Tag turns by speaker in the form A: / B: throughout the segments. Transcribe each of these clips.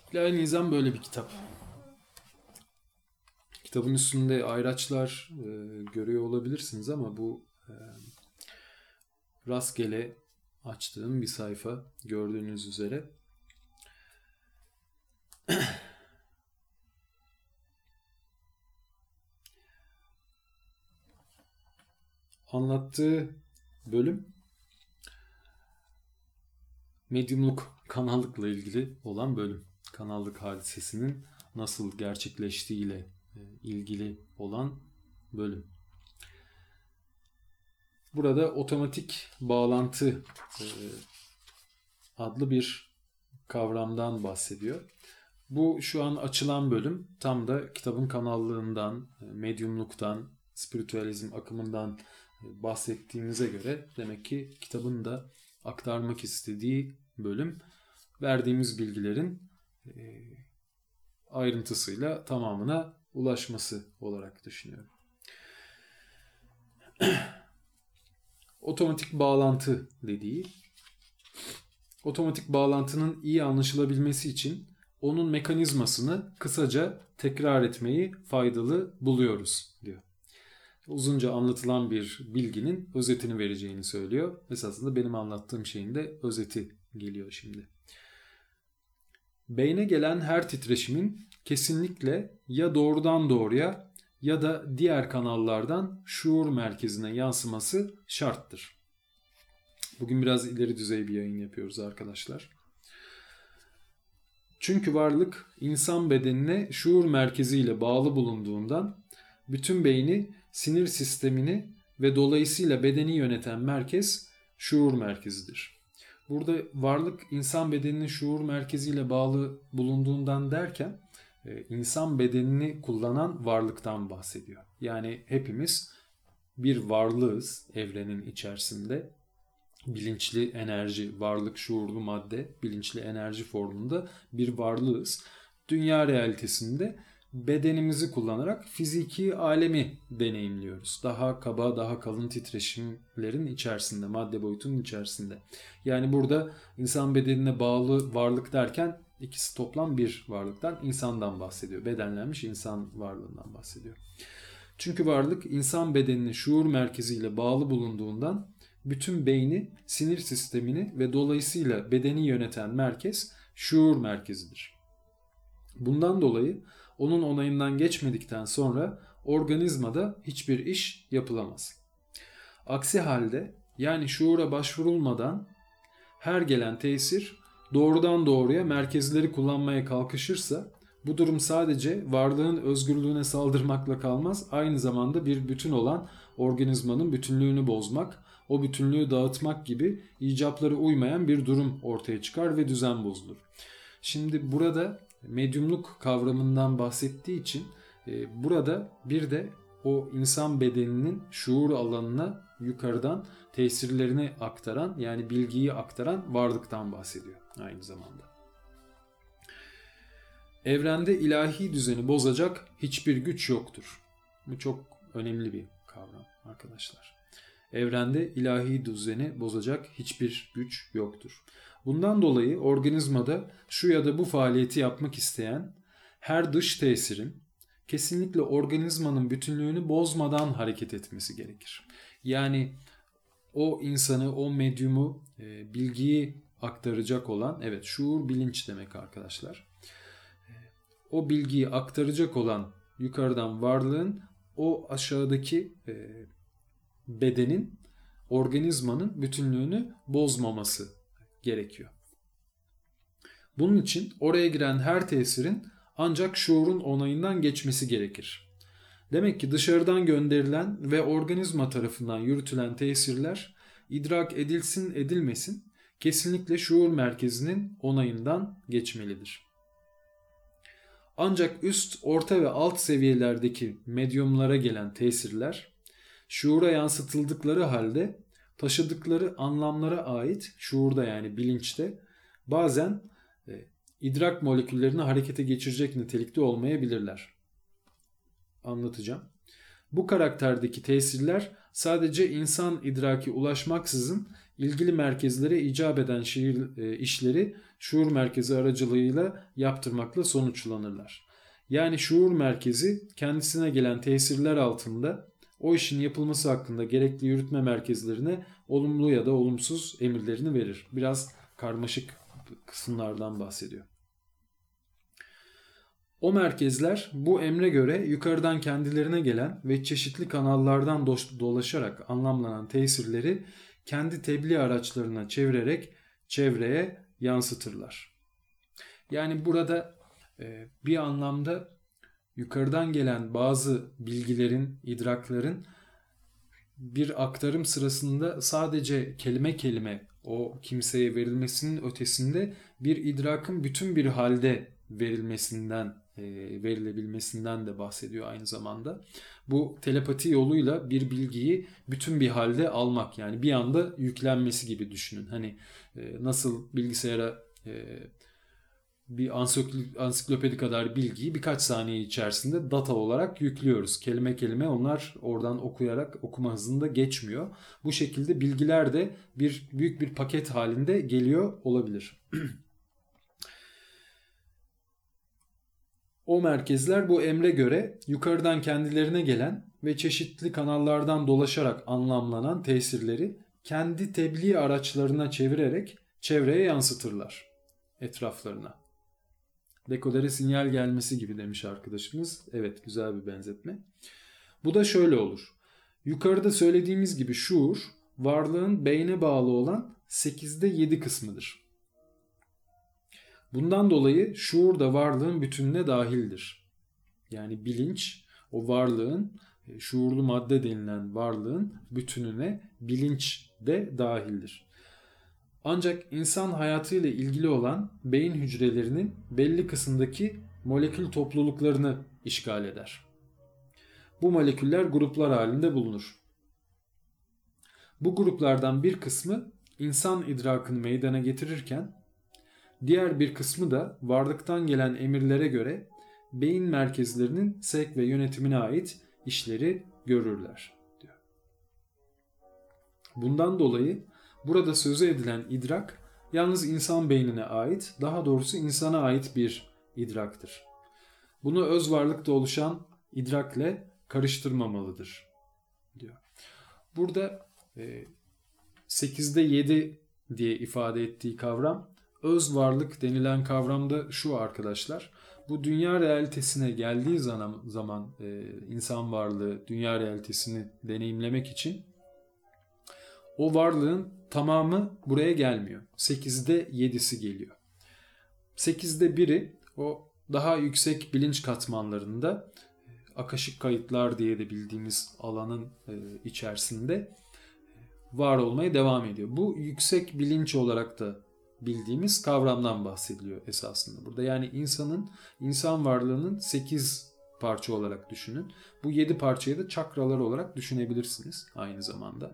A: İlahi Nizam böyle bir kitap. Kitabın üstünde ayraçlar görüyor olabilirsiniz ama bu rastgele açtığım bir sayfa gördüğünüz üzere. Anlattığı bölüm medyumluk, kanallıkla ilgili olan bölüm. Kanallık hadisesinin nasıl gerçekleştiğiyle ilgili olan bölüm. Burada otomatik bağlantı adlı bir kavramdan bahsediyor. Bu şu an açılan bölüm tam da kitabın kanallığından, medyumluktan, spiritüalizm akımından bahsettiğimize göre demek ki kitabın da aktarmak istediği bölüm verdiğimiz bilgilerin ayrıntısıyla tamamına ulaşması olarak düşünüyorum. Otomatik bağlantı dediği, otomatik bağlantının iyi anlaşılabilmesi için onun mekanizmasını kısaca tekrar etmeyi faydalı buluyoruz diyor. Uzunca anlatılan bir bilginin özetini vereceğini söylüyor. Esasında benim anlattığım şeyin de özeti geliyor şimdi. Beyne gelen her titreşimin kesinlikle ya doğrudan doğruya ya da diğer kanallardan şuur merkezine yansıması şarttır. Bugün biraz ileri düzey bir yayın yapıyoruz arkadaşlar. Çünkü varlık insan bedenine şuur merkeziyle bağlı bulunduğundan bütün beyni, sinir sistemini ve dolayısıyla bedeni yöneten merkez şuur merkezidir. Burada varlık insan bedeninin şuur merkeziyle bağlı bulunduğundan derken insan bedenini kullanan varlıktan bahsediyor. Yani hepimiz bir varlığız evrenin içerisinde. Bilinçli enerji, varlık, şuurlu madde, bilinçli enerji formunda bir varlığız. Dünya realitesinde bedenimizi kullanarak fiziki alemi deneyimliyoruz. Daha kaba, daha kalın titreşimlerin içerisinde, madde boyutunun içerisinde. Yani burada insan bedenine bağlı varlık derken ikisi toplam bir varlıktan, insandan bahsediyor. Bedenlenmiş insan varlığından bahsediyor. Çünkü varlık insan bedeninin şuur merkeziyle bağlı bulunduğundan bütün beyni, sinir sistemini ve dolayısıyla bedeni yöneten merkez şuur merkezidir. Bundan dolayı onun onayından geçmedikten sonra organizmada hiçbir iş yapılamaz. Aksi halde yani şuura başvurulmadan her gelen tesir doğrudan doğruya merkezleri kullanmaya kalkışırsa bu durum sadece varlığın özgürlüğüne saldırmakla kalmaz, aynı zamanda bir bütün olan organizmanın bütünlüğünü bozmak, o bütünlüğü dağıtmak gibi icapları uymayan bir durum ortaya çıkar ve düzen bozulur. Şimdi burada medyumluk kavramından bahsettiği için burada bir de o insan bedeninin şuur alanına yukarıdan tesirlerini aktaran, yani bilgiyi aktaran varlıktan bahsediyor aynı zamanda. Evrende ilahi düzeni bozacak hiçbir güç yoktur. Bu çok önemli bir kavram arkadaşlar. Evrende ilahi düzeni bozacak hiçbir güç yoktur. Bundan dolayı organizmada şu ya da bu faaliyeti yapmak isteyen her dış tesirin kesinlikle organizmanın bütünlüğünü bozmadan hareket etmesi gerekir. Yani o insanı, o medyumu, bilgiyi aktaracak olan, evet şuur bilinç demek arkadaşlar. O bilgiyi aktaracak olan yukarıdan varlığın o aşağıdaki bedenin, organizmanın bütünlüğünü bozmaması gerekiyor. Bunun için oraya giren her tesirin ancak şuurun onayından geçmesi gerekir. Demek ki dışarıdan gönderilen ve organizma tarafından yürütülen tesirler idrak edilsin edilmesin kesinlikle şuur merkezinin onayından geçmelidir. Ancak üst, orta ve alt seviyelerdeki medyumlara gelen tesirler şuura yansıtıldıkları halde taşıdıkları anlamlara ait şuurda, yani bilinçte bazen idrak moleküllerini harekete geçirecek nitelikte olmayabilirler. Anlatacağım. Bu karakterdeki tesirler sadece insan idraki ulaşmaksızın ilgili merkezlere icap eden işleri şuur merkezi aracılığıyla yaptırmakla sonuçlanırlar. Yani şuur merkezi kendisine gelen tesirler altında o işin yapılması hakkında gerekli yürütme merkezlerine olumlu ya da olumsuz emirlerini verir. Biraz karmaşık kısımlardan bahsediyor. O merkezler bu emre göre yukarıdan kendilerine gelen ve çeşitli kanallardan dolaşarak anlamlanan tesirleri kendi tebliğ araçlarına çevirerek çevreye yansıtırlar. Yani burada bir anlamda yukarıdan gelen bazı bilgilerin, idrakların bir aktarım sırasında sadece kelime kelime o kimseye verilmesinin ötesinde bir idrakın bütün bir halde verilebilmesinden de bahsediyor aynı zamanda. Bu telepati yoluyla bir bilgiyi bütün bir halde almak, yani bir anda yüklenmesi gibi düşünün. Hani nasıl bilgisayara bir ansiklopedi kadar bilgiyi birkaç saniye içerisinde data olarak yüklüyoruz. Kelime kelime onlar oradan okuma hızında geçmiyor. Bu şekilde bilgiler de büyük bir paket halinde geliyor olabilir. O merkezler bu emre göre yukarıdan kendilerine gelen ve çeşitli kanallardan dolaşarak anlamlanan tesirleri kendi tebliğ araçlarına çevirerek çevreye yansıtırlar, etraflarına. Dekodere sinyal gelmesi gibi demiş arkadaşımız. Evet, güzel bir benzetme. Bu da şöyle olur. Yukarıda söylediğimiz gibi şuur, varlığın beyne bağlı olan 8'de 7 kısmıdır. Bundan dolayı şuur da varlığın bütününe dahildir. Yani bilinç, o varlığın, şuurlu madde denilen varlığın bütününe bilinç de dahildir. Ancak insan hayatıyla ilgili olan beyin hücrelerinin belli kısımdaki molekül topluluklarını işgal eder. Bu moleküller gruplar halinde bulunur. Bu gruplardan bir kısmı insan idrakını meydana getirirken, diğer bir kısmı da varlıktan gelen emirlere göre beyin merkezlerinin sevk ve yönetimine ait işleri görürler, diyor. Bundan dolayı burada sözü edilen idrak yalnız insan beynine ait, daha doğrusu insana ait bir idraktır. Bunu öz varlıkta oluşan idrakle karıştırmamalıdır, diyor. Burada 8'de 7 diye ifade ettiği kavram, öz varlık denilen kavramda şu arkadaşlar. Bu dünya realitesine geldiği zaman insan varlığı dünya realitesini deneyimlemek için o varlığın tamamı buraya gelmiyor. 8'de 7'si geliyor. 8'de 1'i o daha yüksek bilinç katmanlarında, akaşik kayıtlar diye de bildiğimiz alanın içerisinde var olmaya devam ediyor. Bu yüksek bilinç olarak da bildiğimiz kavramdan bahsediliyor esasında burada. Yani insan varlığının 8 parça olarak düşünün. Bu 7 parçayı da çakralar olarak düşünebilirsiniz aynı zamanda.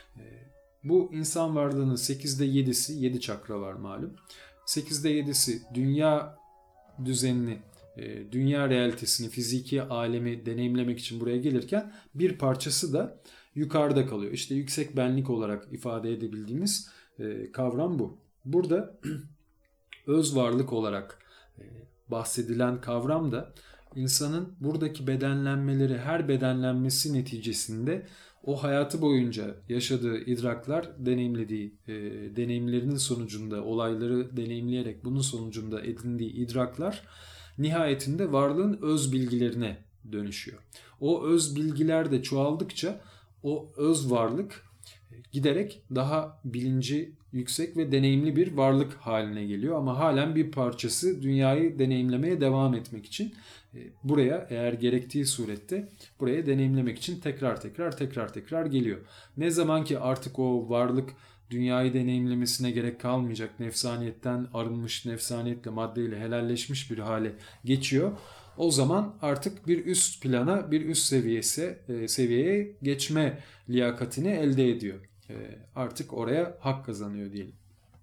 A: Bu insan varlığının 8'de 7'si, 7 çakra var malum. 8'de 7'si dünya düzenini, dünya realitesini, fiziki alemi deneyimlemek için buraya gelirken bir parçası da yukarıda kalıyor. İşte yüksek benlik olarak ifade edebildiğimiz kavram bu. Burada öz varlık olarak bahsedilen kavram da insanın buradaki bedenlenmeleri, her bedenlenmesi neticesinde o hayatı boyunca yaşadığı idraklar, deneyimlediği deneyimlerinin sonucunda, olayları deneyimleyerek bunun sonucunda edindiği idraklar nihayetinde varlığın öz bilgilerine dönüşüyor. O öz bilgiler de çoğaldıkça o öz varlık giderek daha bilinci yüksek ve deneyimli bir varlık haline geliyor. Ama halen bir parçası dünyayı deneyimlemeye devam etmek için buraya, eğer gerektiği surette buraya deneyimlemek için tekrar geliyor. Ne zaman ki artık o varlık dünyayı deneyimlemesine gerek kalmayacak, nefsaniyetten arınmış, nefsaniyetle, maddeyle helalleşmiş bir hale geçiyor. O zaman artık bir üst plana, bir üst seviyeye geçme liyakatini elde ediyor. Artık oraya hak kazanıyor diyelim.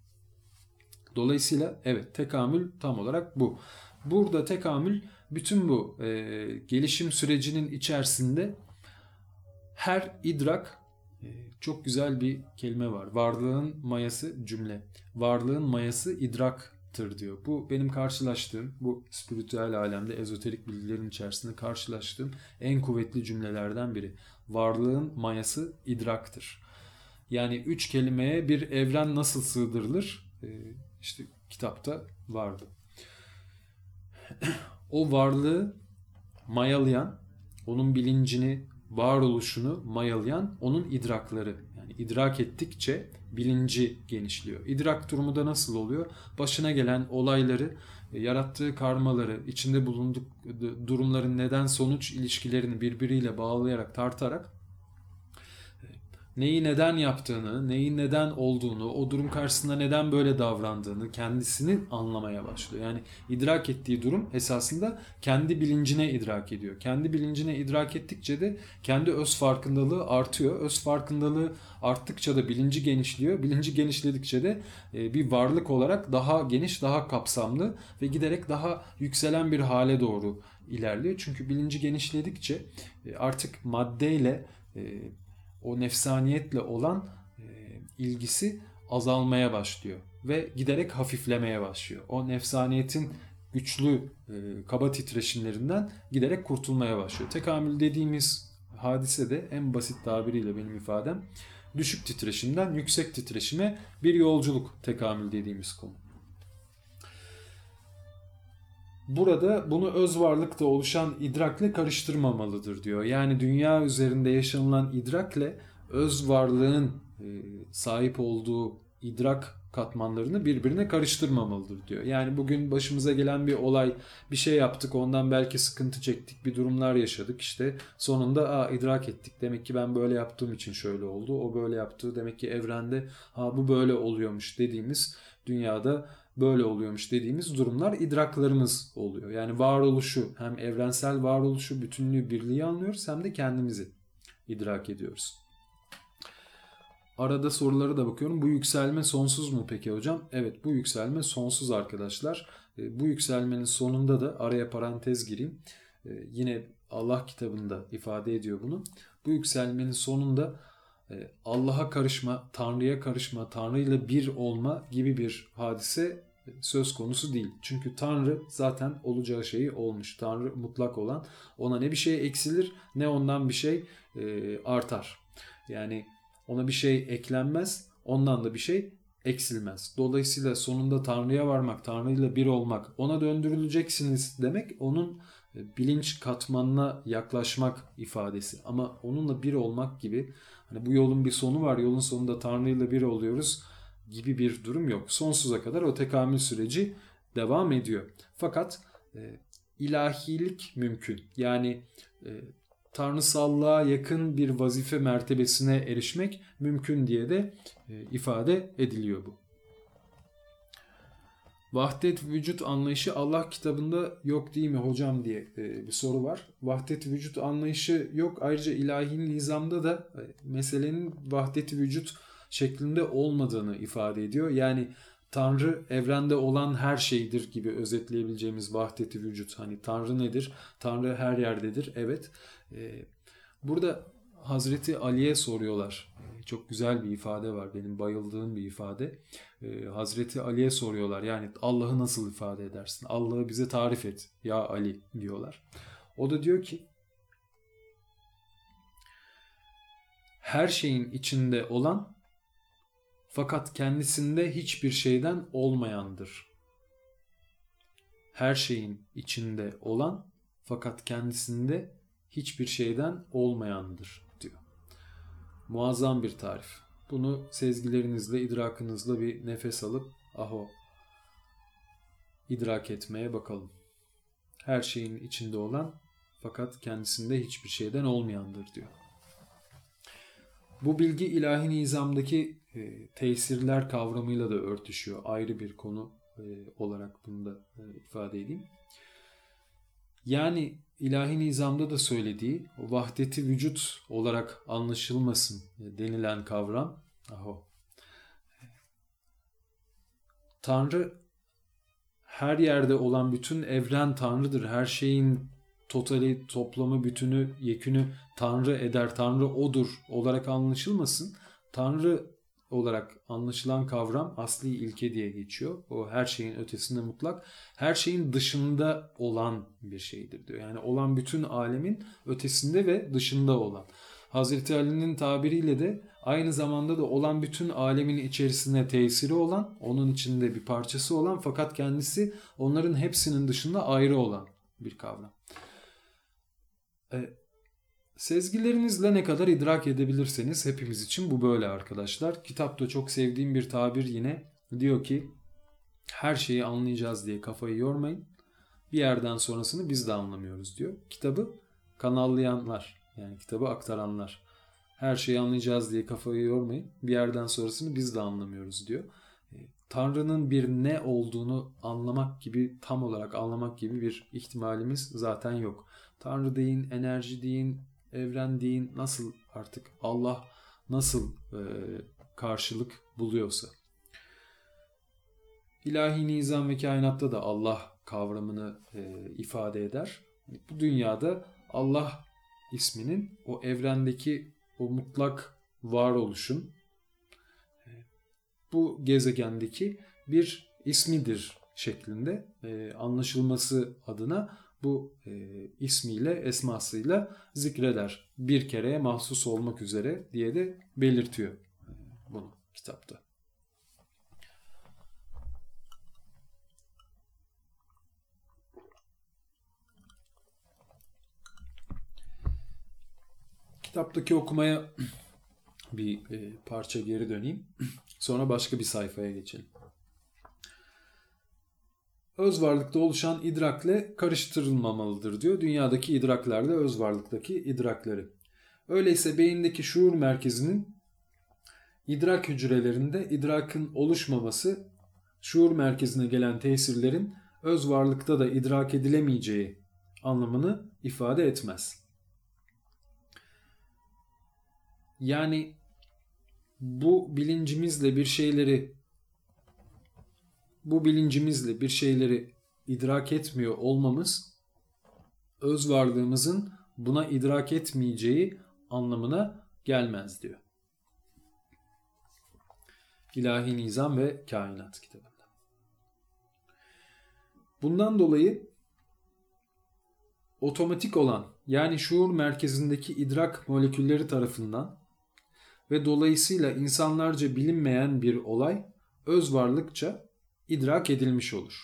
A: Dolayısıyla evet, tekamül tam olarak bu. Burada tekamül bütün bu gelişim sürecinin içerisinde her idrak Çok güzel bir kelime var. Varlığın mayası cümle. Varlığın mayası idraktır diyor. Bu benim karşılaştığım, bu spiritüel alemde ezoterik bilgilerin içerisinde karşılaştığım en kuvvetli cümlelerden biri. Varlığın mayası idraktır. Yani 3 kelimeye bir evren nasıl sığdırılır? İşte kitapta vardı. O varlığı mayalayan, onun bilincini, varoluşunu mayalayan onun idrakları. Yani idrak ettikçe bilinci genişliyor. İdrak durumu da nasıl oluyor? Başına gelen olayları, yarattığı karmaları, içinde bulunduk durumların neden sonuç ilişkilerini birbiriyle bağlayarak, tartarak neyi neden yaptığını, neyin neden olduğunu, o durum karşısında neden böyle davrandığını kendisini anlamaya başlıyor. Yani idrak ettiği durum esasında kendi bilincine idrak ediyor. Kendi bilincine idrak ettikçe de kendi öz farkındalığı artıyor. Öz farkındalığı arttıkça da bilinci genişliyor. Bilinci genişledikçe de bir varlık olarak daha geniş, daha kapsamlı ve giderek daha yükselen bir hale doğru ilerliyor. Çünkü bilinci genişledikçe artık maddeyle o nefsaniyetle olan ilgisi azalmaya başlıyor ve giderek hafiflemeye başlıyor. O nefsaniyetin güçlü kaba titreşimlerinden giderek kurtulmaya başlıyor. Tekamül dediğimiz hadise de en basit tabiriyle benim ifadem düşük titreşimden yüksek titreşime bir yolculuk, tekamül dediğimiz konu. Burada bunu öz varlıkta oluşan idrakle karıştırmamalıdır diyor. Yani dünya üzerinde yaşanılan idrakle öz varlığın sahip olduğu idrak katmanlarını birbirine karıştırmamalıdır diyor. Yani bugün başımıza gelen bir olay, bir şey yaptık, ondan belki sıkıntı çektik, bir durumlar yaşadık. İşte sonunda idrak ettik. Demek ki ben böyle yaptığım için şöyle oldu. O böyle yaptı. Demek ki evrende bu böyle oluyormuş dediğimiz, dünyada böyle oluyormuş dediğimiz durumlar idraklarımız oluyor. Yani varoluşu, hem evrensel varoluşu, bütünlüğü, birliği anlıyoruz hem de kendimizi idrak ediyoruz. Arada sorulara da bakıyorum. Bu yükselme sonsuz mu peki hocam? Evet, bu yükselme sonsuz arkadaşlar. Bu yükselmenin sonunda da araya parantez gireyim. Yine Allah kitabında ifade ediyor bunu. Bu yükselmenin sonunda Allah'a karışma, Tanrı'ya karışma, Tanrı ile bir olma gibi bir hadise söz konusu değil. Çünkü Tanrı zaten olacağı şeyi olmuş. Tanrı mutlak olan. Ona ne bir şey eksilir ne ondan bir şey artar. Yani ona bir şey eklenmez, ondan da bir şey eksilmez. Dolayısıyla sonunda Tanrı'ya varmak, Tanrı ile bir olmak, ona döndürüleceksiniz demek onun bilinç katmanına yaklaşmak ifadesi. Ama onunla bir olmak gibi, hani bu yolun bir sonu var, yolun sonunda Tanrı ile bir oluyoruz gibi bir durum yok. Sonsuza kadar o tekamül süreci devam ediyor. Fakat ilahilik mümkün. Yani tanrısallığa yakın bir vazife mertebesine erişmek mümkün diye de ifade ediliyor bu. Vahdet vücut anlayışı Allah kitabında yok değil mi hocam diye bir soru var. Vahdet vücut anlayışı yok. Ayrıca ilahi nizamda da meselenin vahdet vücut şeklinde olmadığını ifade ediyor. Yani Tanrı evrende olan her şeydir gibi özetleyebileceğimiz vahdeti vücut. Hani Tanrı nedir? Tanrı her yerdedir. Evet. Burada Hazreti Ali'ye soruyorlar. Çok güzel bir ifade var. Benim bayıldığım bir ifade. Hazreti Ali'ye soruyorlar. Yani Allah'ı nasıl ifade edersin? Allah'ı bize tarif et ya Ali diyorlar. O da diyor ki her şeyin içinde olan fakat kendisinde hiçbir şeyden olmayandır. Her şeyin içinde olan fakat kendisinde hiçbir şeyden olmayandır diyor. Muazzam bir tarif. Bunu sezgilerinizle, idrakınızla bir nefes alıp idrak etmeye bakalım. Her şeyin içinde olan fakat kendisinde hiçbir şeyden olmayandır diyor. Bu bilgi ilahi nizamdaki tesirler kavramıyla da örtüşüyor. Ayrı bir konu olarak bunu da ifade edeyim. Yani ilahi nizamda da söylediği o vahdeti vücut olarak anlaşılmasın denilen kavram. Tanrı her yerde olan bütün evren Tanrı'dır. Her şeyin totali, toplamı, bütünü, yekünü Tanrı eder, Tanrı odur olarak anlaşılmasın. Tanrı olarak anlaşılan kavram asli ilke diye geçiyor. O her şeyin ötesinde mutlak, her şeyin dışında olan bir şeydir diyor. Yani olan bütün alemin ötesinde ve dışında olan. Hazreti Ali'nin tabiriyle de aynı zamanda da olan bütün alemin içerisine tesiri olan, onun içinde bir parçası olan fakat kendisi onların hepsinin dışında ayrı olan bir kavram. Sezgilerinizle ne kadar idrak edebilirseniz hepimiz için bu böyle arkadaşlar. Kitapta çok sevdiğim bir tabir yine diyor ki her şeyi anlayacağız diye kafayı yormayın. Bir yerden sonrasını biz de anlamıyoruz diyor. Kitabı kanallayanlar, yani kitabı aktaranlar. Her şeyi anlayacağız diye kafayı yormayın. Bir yerden sonrasını biz de anlamıyoruz diyor. Tanrı'nın bir ne olduğunu anlamak gibi, tam olarak anlamak gibi bir ihtimalimiz zaten yok. Tanrı deyin, enerji deyin, evren deyin, nasıl artık Allah nasıl karşılık buluyorsa. İlahi nizam ve kainatta da Allah kavramını ifade eder. Bu dünyada Allah isminin o evrendeki o mutlak varoluşun bu gezegendeki bir ismidir şeklinde anlaşılması adına bu ismiyle, esmasıyla zikreder. Bir kereye mahsus olmak üzere diye de belirtiyor bunu kitapta. Kitaptaki okumaya bir parça geri döneyim. Sonra başka bir sayfaya geçelim. Öz varlıkta oluşan idrakle karıştırılmamalıdır diyor. Dünyadaki idraklerle öz varlıktaki idrakleri. Öyleyse beyindeki şuur merkezinin idrak hücrelerinde idrakın oluşmaması şuur merkezine gelen tesirlerin öz varlıkta da idrak edilemeyeceği anlamını ifade etmez. Yani bu bilincimizle bir şeyleri idrak etmiyor olmamız öz varlığımızın buna idrak etmeyeceği anlamına gelmez diyor. İlahi Nizam ve Kainat kitabında. Bundan dolayı otomatik olan, yani şuur merkezindeki idrak molekülleri tarafından ve dolayısıyla insanlarca bilinmeyen bir olay öz varlıkça idrak edilmiş olur.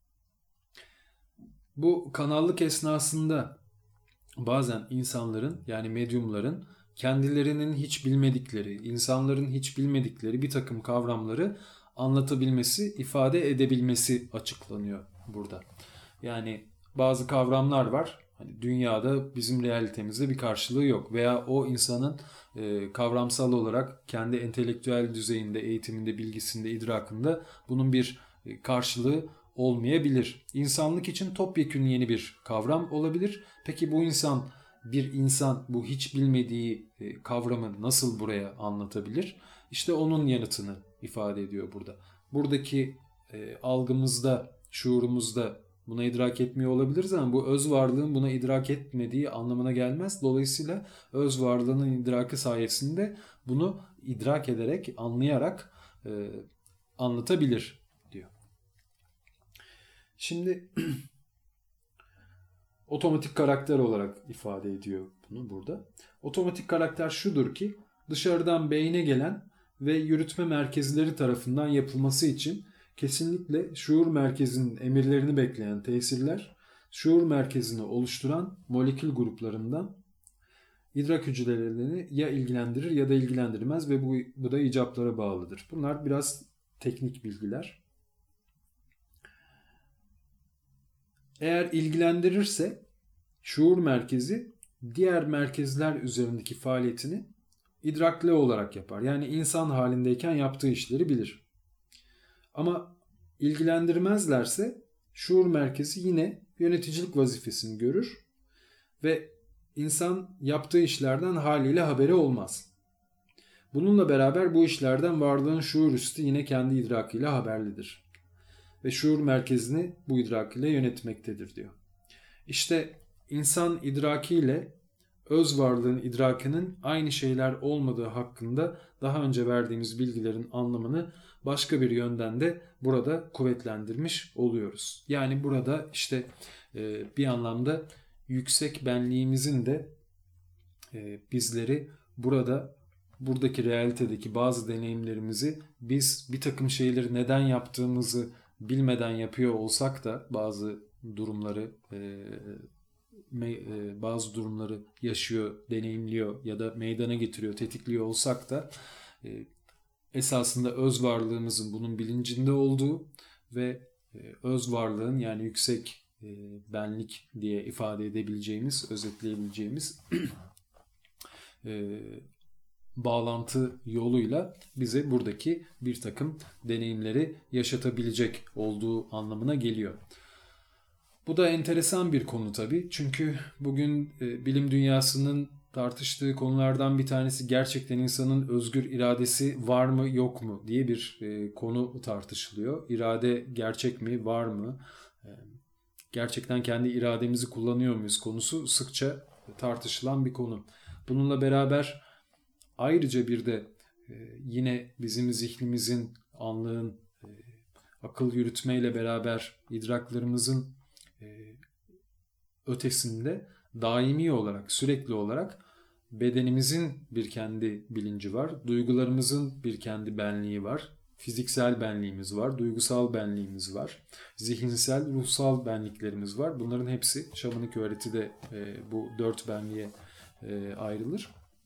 A: Bu kanallık esnasında bazen insanların, yani medyumların kendilerinin hiç bilmedikleri, insanların hiç bilmedikleri bir takım kavramları anlatabilmesi, ifade edebilmesi açıklanıyor burada. Yani bazı kavramlar var. Hani dünyada bizim realitemizde bir karşılığı yok veya o insanın kavramsal olarak kendi entelektüel düzeyinde, eğitiminde, bilgisinde, idrakında bunun bir karşılığı olmayabilir. İnsanlık için topyekün yeni bir kavram olabilir. Peki bir insan bu hiç bilmediği kavramı nasıl buraya anlatabilir? İşte onun yanıtını ifade ediyor burada. Buradaki algımızda, şuurumuzda buna idrak etmiyor olabiliriz ama bu öz varlığın buna idrak etmediği anlamına gelmez. Dolayısıyla öz varlığının idraki sayesinde bunu idrak ederek, anlayarak anlatabilir diyor. Şimdi otomatik karakter olarak ifade ediyor bunu burada. Otomatik karakter şudur ki dışarıdan beyne gelen ve yürütme merkezleri tarafından yapılması için kesinlikle şuur merkezinin emirlerini bekleyen tesirler, şuur merkezini oluşturan molekül gruplarından idrak hücrelerini ya ilgilendirir ya da ilgilendirmez ve bu da icaplara bağlıdır. Bunlar biraz teknik bilgiler. Eğer ilgilendirirse şuur merkezi diğer merkezler üzerindeki faaliyetini idrakli olarak yapar. Yani insan halindeyken yaptığı işleri bilir. Ama ilgilendirmezlerse şuur merkezi yine yöneticilik vazifesini görür ve insan yaptığı işlerden haliyle haberi olmaz. Bununla beraber bu işlerden varlığın şuur üstü yine kendi idrakıyla haberlidir. Ve şuur merkezini bu idrak ile yönetmektedir diyor. İşte insan idrakiyle öz varlığın idrakının aynı şeyler olmadığı hakkında daha önce verdiğimiz bilgilerin anlamını başka bir yönden de burada kuvvetlendirmiş oluyoruz. Yani burada işte bir anlamda yüksek benliğimizin de bizleri buradaki realitedeki bazı deneyimlerimizi biz bir takım şeyleri neden yaptığımızı bilmeden yapıyor olsak da bazı durumları yaşıyor, deneyimliyor ya da meydana getiriyor, tetikliyor olsak da esasında öz varlığımızın bunun bilincinde olduğu ve öz varlığın yani yüksek benlik diye ifade edebileceğimiz, özetleyebileceğimiz bağlantı yoluyla bize buradaki bir takım deneyimleri yaşatabilecek olduğu anlamına geliyor. Bu da enteresan bir konu tabii. Çünkü bugün bilim dünyasının tartıştığı konulardan bir tanesi gerçekten insanın özgür iradesi var mı yok mu diye bir konu tartışılıyor. İrade gerçek mi, var mı? Gerçekten kendi irademizi kullanıyor muyuz konusu sıkça tartışılan bir konu. Bununla beraber ayrıca bir de yine bizim zihnimizin, anlığın, akıl yürütmeyle beraber idraklarımızın ötesinde daimi olarak, sürekli olarak bedenimizin bir kendi bilinci var, duygularımızın bir kendi benliği var, fiziksel benliğimiz var, duygusal benliğimiz var, zihinsel, ruhsal benliklerimiz var. Bunların hepsi şamanik öğretide bu 4 benliğe ayrılır.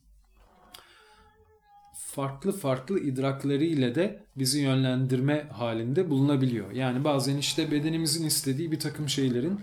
A: Farklı farklı idraklarıyla de bizi yönlendirme halinde bulunabiliyor. Yani bazen işte bedenimizin istediği bir takım şeylerin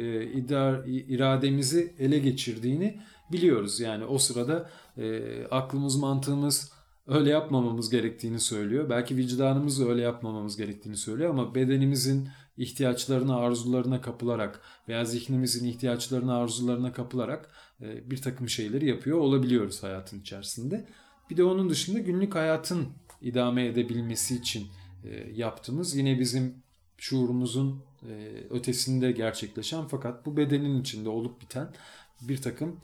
A: irademizi ele geçirdiğini biliyoruz. Yani o sırada aklımız, mantığımız öyle yapmamamız gerektiğini söylüyor. Belki vicdanımız da öyle yapmamamız gerektiğini söylüyor ama bedenimizin ihtiyaçlarına, arzularına kapılarak veya zihnimizin ihtiyaçlarına, arzularına kapılarak bir takım şeyleri yapıyor olabiliyoruz hayatın içerisinde. Bir de onun dışında günlük hayatın idame edebilmesi için yaptığımız yine bizim şuurumuzun ötesinde gerçekleşen fakat bu bedenin içinde olup biten bir takım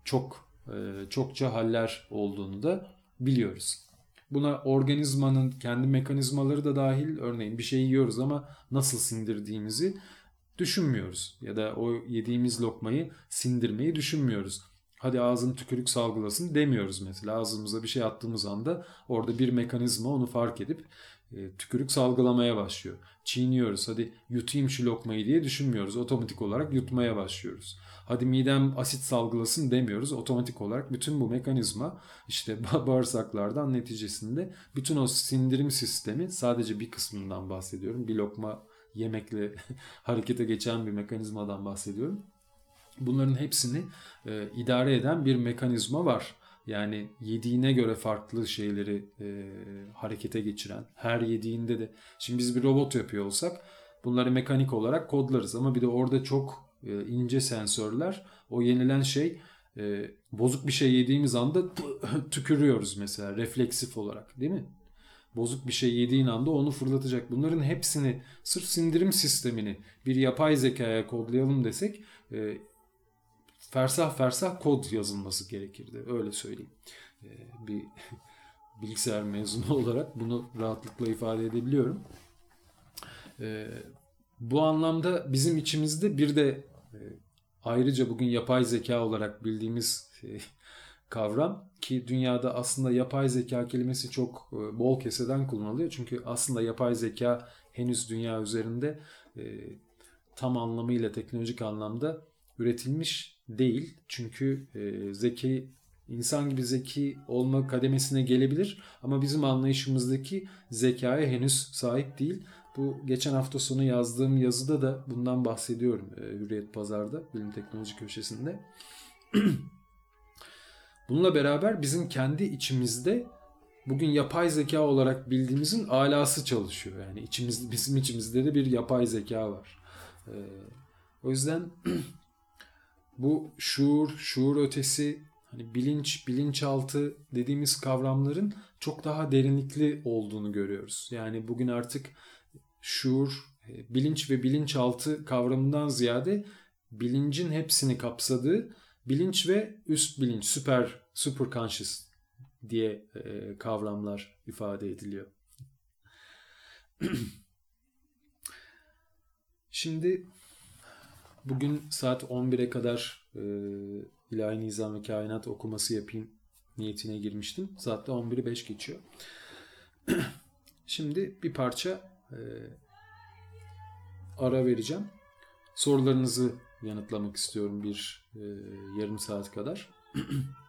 A: çokça haller olduğunu da biliyoruz. Buna organizmanın kendi mekanizmaları da dahil. Örneğin bir şey yiyoruz ama nasıl sindirdiğimizi düşünmüyoruz ya da o yediğimiz lokmayı sindirmeyi düşünmüyoruz. Hadi ağzın tükürük salgılasın demiyoruz mesela. Ağzımıza bir şey attığımız anda orada bir mekanizma onu fark edip tükürük salgılamaya başlıyor. Çiğniyoruz. Hadi yutayım şu lokmayı diye düşünmüyoruz. Otomatik olarak yutmaya başlıyoruz. Hadi midem asit salgılasın demiyoruz. Otomatik olarak bütün bu mekanizma işte bağırsaklardan neticesinde bütün o sindirim sistemi sadece bir kısmından bahsediyorum. Bir lokma yemekle harekete geçen bir mekanizmadan bahsediyorum. Bunların hepsini idare eden bir mekanizma var. Yani yediğine göre farklı şeyleri harekete geçiren, her yediğinde de. Şimdi biz bir robot yapıyor olsak bunları mekanik olarak kodlarız ama bir de orada çok ince sensörler. O yenilen şey bozuk bir şey yediğimiz anda tükürüyoruz mesela refleksif olarak, değil mi? Bozuk bir şey yediğin anda onu fırlatacak. Bunların hepsini sırf sindirim sistemini bir yapay zekaya kodlayalım desek fersah fersah kod yazılması gerekirdi. Öyle söyleyeyim. Bir bilgisayar mezunu olarak bunu rahatlıkla ifade edebiliyorum. Bu anlamda bizim içimizde bir de ayrıca bugün yapay zeka olarak bildiğimiz kavram ki dünyada aslında yapay zeka kelimesi çok bol keseden kullanılıyor. Çünkü aslında yapay zeka henüz dünya üzerinde tam anlamıyla teknolojik anlamda üretilmiş değil. Çünkü insan gibi zeki olma kademesine gelebilir ama bizim anlayışımızdaki zekaya henüz sahip değil. Bu geçen hafta sonu yazdığım yazıda da bundan bahsediyorum Hürriyet Pazar'da, Bilim Teknoloji köşesinde. Bununla beraber bizim kendi içimizde bugün yapay zeka olarak bildiğimizin alası çalışıyor. Yani bizim içimizde de bir yapay zeka var. O yüzden bu şuur ötesi, hani bilinç, bilinçaltı dediğimiz kavramların çok daha derinlikli olduğunu görüyoruz. Yani bugün artık şuur, bilinç ve bilinçaltı kavramından ziyade bilincin hepsini kapsadığı bilinç ve üst bilinç, super conscious diye kavramlar ifade ediliyor. Şimdi bugün saat 11'e kadar İlahi Nizam ve Kainat okuması yapayım niyetine girmiştim. Saat de 11'i 5 geçiyor. Şimdi bir parça ara vereceğim. Sorularınızı yanıtlamak istiyorum bir yarım saat kadar.